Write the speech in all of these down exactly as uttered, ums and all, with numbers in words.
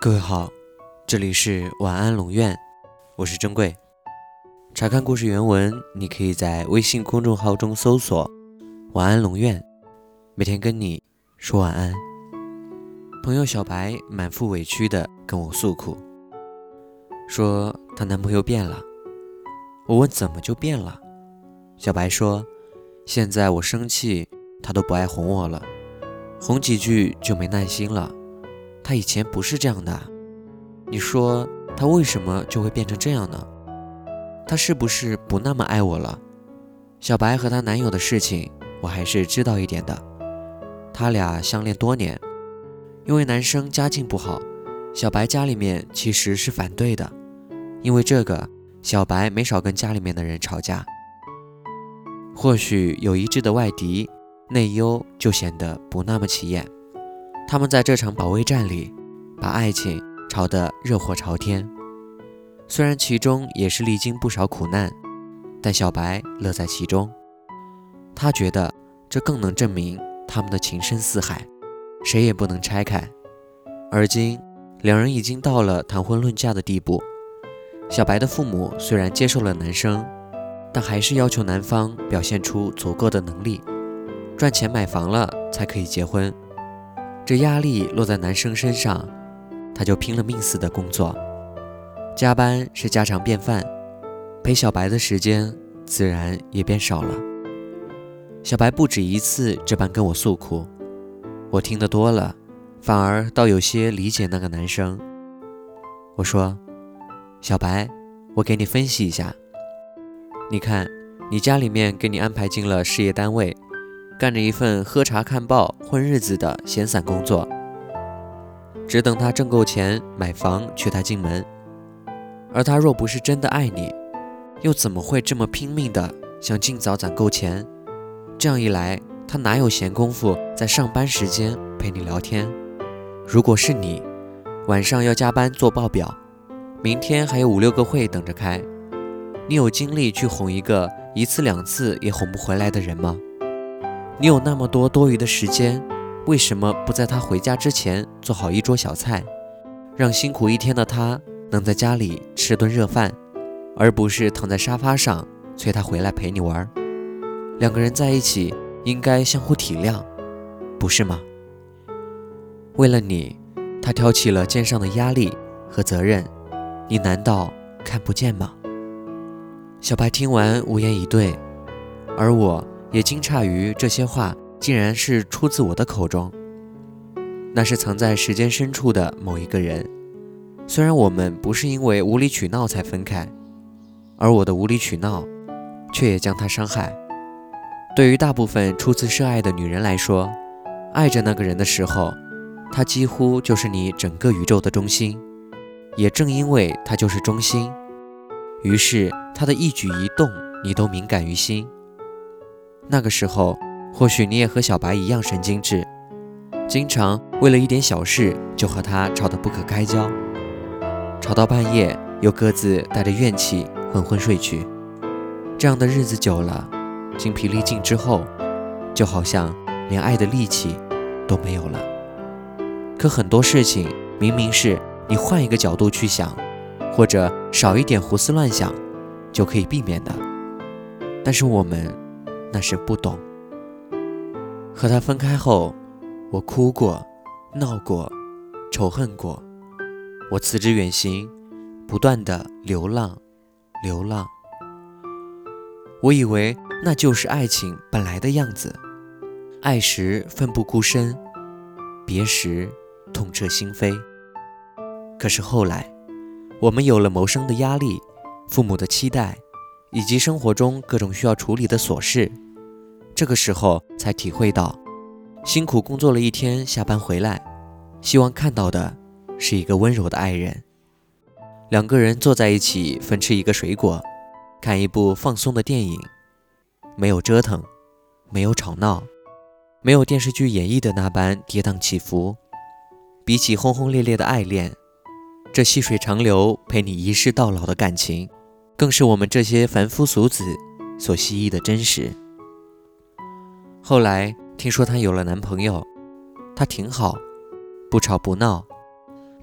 各位好，这里是晚安龙院，我是珍贵。查看故事原文，你可以在微信公众号中搜索晚安龙院，每天跟你说晚安。朋友小白满腹委屈地跟我诉苦，说她男朋友变了。我问怎么就变了？小白说，现在我生气他都不爱哄我了，哄几句就没耐心了。他以前不是这样的，你说他为什么就会变成这样呢？他是不是不那么爱我了？小白和她男友的事情我还是知道一点的，他俩相恋多年，因为男生家境不好，小白家里面其实是反对的，因为这个小白没少跟家里面的人吵架。或许有一致的外敌，内忧就显得不那么起眼。他们在这场保卫战里把爱情吵得热火朝天，虽然其中也是历经不少苦难，但小白乐在其中。他觉得这更能证明他们的情深似海，谁也不能拆开。而今两人已经到了谈婚论嫁的地步，小白的父母虽然接受了男生，但还是要求男方表现出足够的能力，赚钱买房了才可以结婚。这压力落在男生身上，他就拼了命似的工作，加班是家常便饭，陪小白的时间自然也变少了。小白不止一次这般跟我诉苦，我听得多了，反而倒有些理解那个男生。我说，小白，我给你分析一下，你看你家里面给你安排进了事业单位，干着一份喝茶看报混日子的闲散工作，只等他挣够钱买房娶她进门。而他若不是真的爱你，又怎么会这么拼命的想尽早攒够钱？这样一来，他哪有闲工夫在上班时间陪你聊天？如果是你，晚上要加班做报表，明天还有五六个会等着开，你有精力去哄一个一次两次也哄不回来的人吗？你有那么多多余的时间，为什么不在他回家之前做好一桌小菜，让辛苦一天的他能在家里吃顿热饭，而不是躺在沙发上催他回来陪你玩？两个人在一起应该相互体谅，不是吗？为了你，他挑起了肩上的压力和责任，你难道看不见吗？小白听完无言以对，而我也惊诧于这些话竟然是出自我的口中。那是藏在时间深处的某一个人，虽然我们不是因为无理取闹才分开，而我的无理取闹却也将他伤害。对于大部分初次涉爱的女人来说，爱着那个人的时候，他几乎就是你整个宇宙的中心，也正因为他就是中心，于是他的一举一动你都敏感于心。那个时候，或许你也和小白一样神经质，经常为了一点小事就和他吵得不可开交，吵到半夜又各自带着怨气昏昏睡去。这样的日子久了，精疲力尽之后，就好像连爱的力气都没有了。可很多事情明明是你换一个角度去想，或者少一点胡思乱想就可以避免的，但是我们那是不懂。和他分开后，我哭过，闹过，仇恨过，我辞职远行，不断的流浪流浪。我以为那就是爱情本来的样子，爱时奋不顾身，别时痛彻心扉。可是后来，我们有了谋生的压力，父母的期待，以及生活中各种需要处理的琐事，这个时候才体会到，辛苦工作了一天，下班回来，希望看到的是一个温柔的爱人。两个人坐在一起分吃一个水果，看一部放松的电影，没有折腾，没有吵闹，没有电视剧演绎的那般跌宕起伏。比起轰轰烈烈的爱恋，这细水长流陪你一世到老的感情，更是我们这些凡夫俗子所希冀的真实。后来听说她有了男朋友，她挺好，不吵不闹，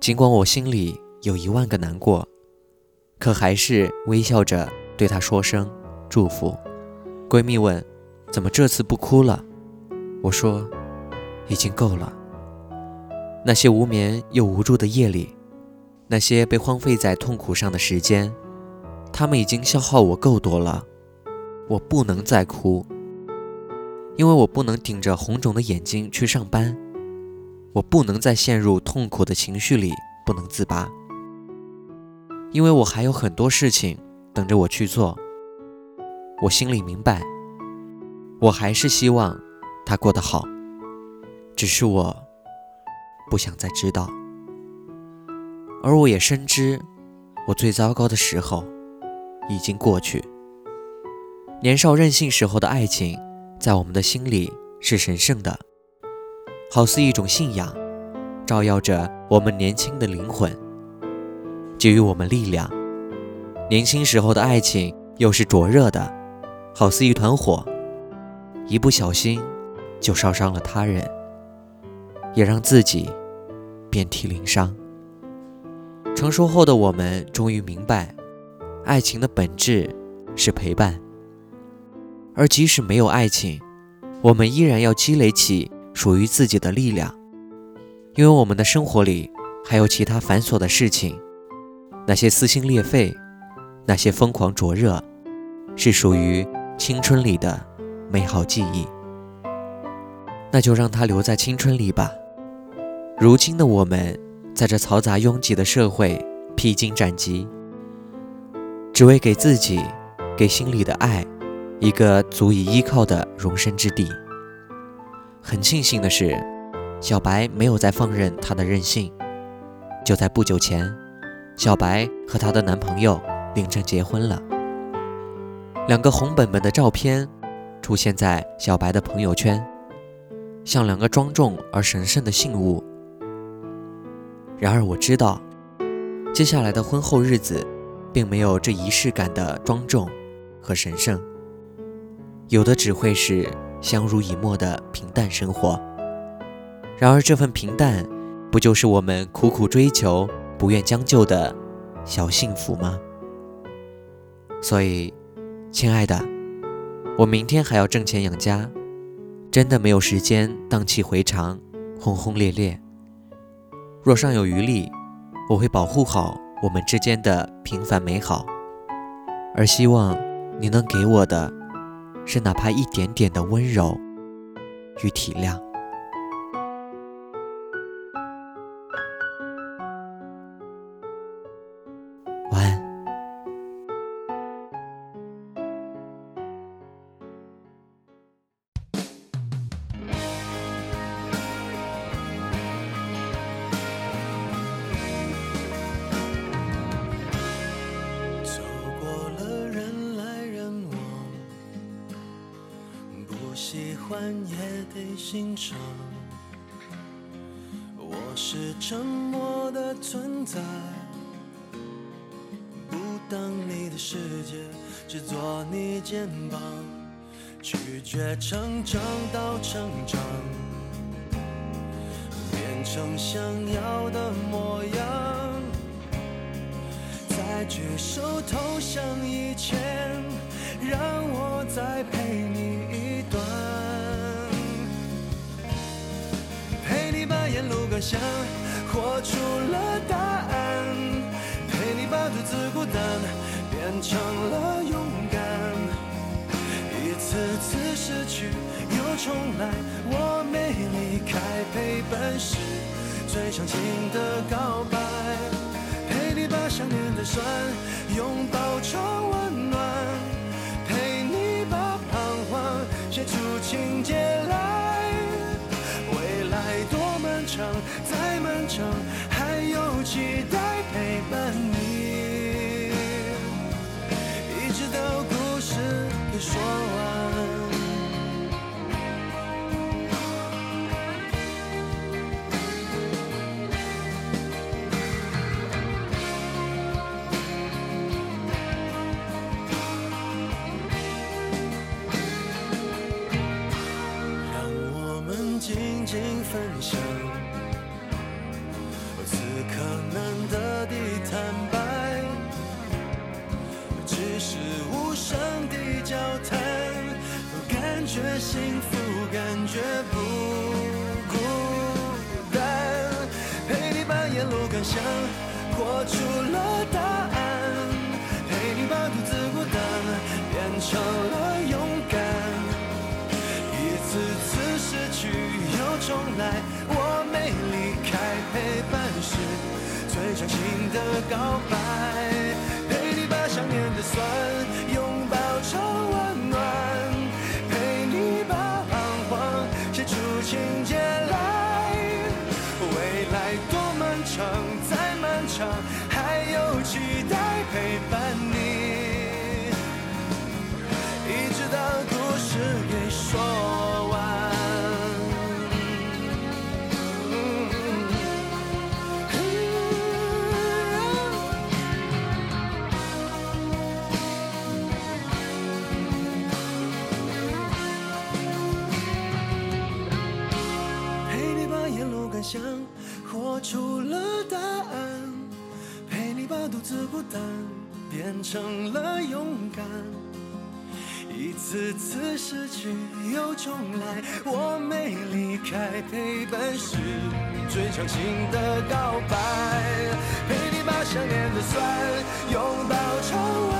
尽管我心里有一万个难过，可还是微笑着对她说声祝福。闺蜜问：怎么这次不哭了？我说：已经够了。那些无眠又无助的夜里，那些被荒废在痛苦上的时间，它们已经消耗我够多了。我不能再哭，因为我不能顶着红肿的眼睛去上班，我不能再陷入痛苦的情绪里不能自拔，因为我还有很多事情等着我去做。我心里明白，我还是希望他过得好，只是我不想再知道。而我也深知，我最糟糕的时候已经过去。年少任性时候的爱情，在我们的心里是神圣的，好似一种信仰，照耀着我们年轻的灵魂，给予我们力量。年轻时候的爱情又是灼热的，好似一团火，一不小心就烧伤了他人，也让自己遍体鳞伤。成熟后的我们终于明白，爱情的本质是陪伴。而即使没有爱情，我们依然要积累起属于自己的力量，因为我们的生活里还有其他繁琐的事情，那些撕心裂肺，那些疯狂灼热，是属于青春里的美好记忆。那就让它留在青春里吧。如今的我们，在这嘈杂拥挤的社会披荆斩棘，只为给自己，给心里的爱一个足以依靠的容身之地。很庆幸的是，小白没有再放任她的任性。就在不久前，小白和她的男朋友领证结婚了。两个红本本的照片出现在小白的朋友圈，像两个庄重而神圣的信物。然而我知道，接下来的婚后日子并没有这仪式感的庄重和神圣，有的只会是相濡以沫的平淡生活。然而这份平淡，不就是我们苦苦追求不愿将就的小幸福吗？所以亲爱的，我明天还要挣钱养家，真的没有时间荡气回肠轰轰烈烈。若尚有余力，我会保护好我们之间的平凡美好，而希望你能给我的是哪怕一点点的温柔与体谅。晚安。 走过了人来人往，不喜欢也得欣赏。我是沉默的存在，不当你的世界，只做你肩膀，拒绝成长到成长，变成想要的模样，在举手投降以前，让我再陪你一段，陪你把沿路感想活出了答案，陪你把独自孤单变成了勇敢，一次次失去又重来，我没离开，陪伴是最长情的告白，陪你把想念的酸拥抱成温暖，陪你把彷徨写出情节来，未来多漫长，再漫长，还有期待陪伴你，一直到故事给说完。静静分享，此刻觉幸福，感觉不孤单。陪你把沿路感想活出了答案，陪你把独自孤单变成了勇敢。一次次失去又重来，我没离开，陪伴是最长情的告白。陪你把想念的酸拥抱成温暖，陪你把彷徨写出情节来。未来多漫长，再漫长，还有期待陪伴你，一直到故事给说完。陪你把沿路感想活出了答案，陪你把独自孤单变成了勇敢。一次次失去又重来，我没离开，陪伴是最长情的告白。陪你把想念的酸拥抱成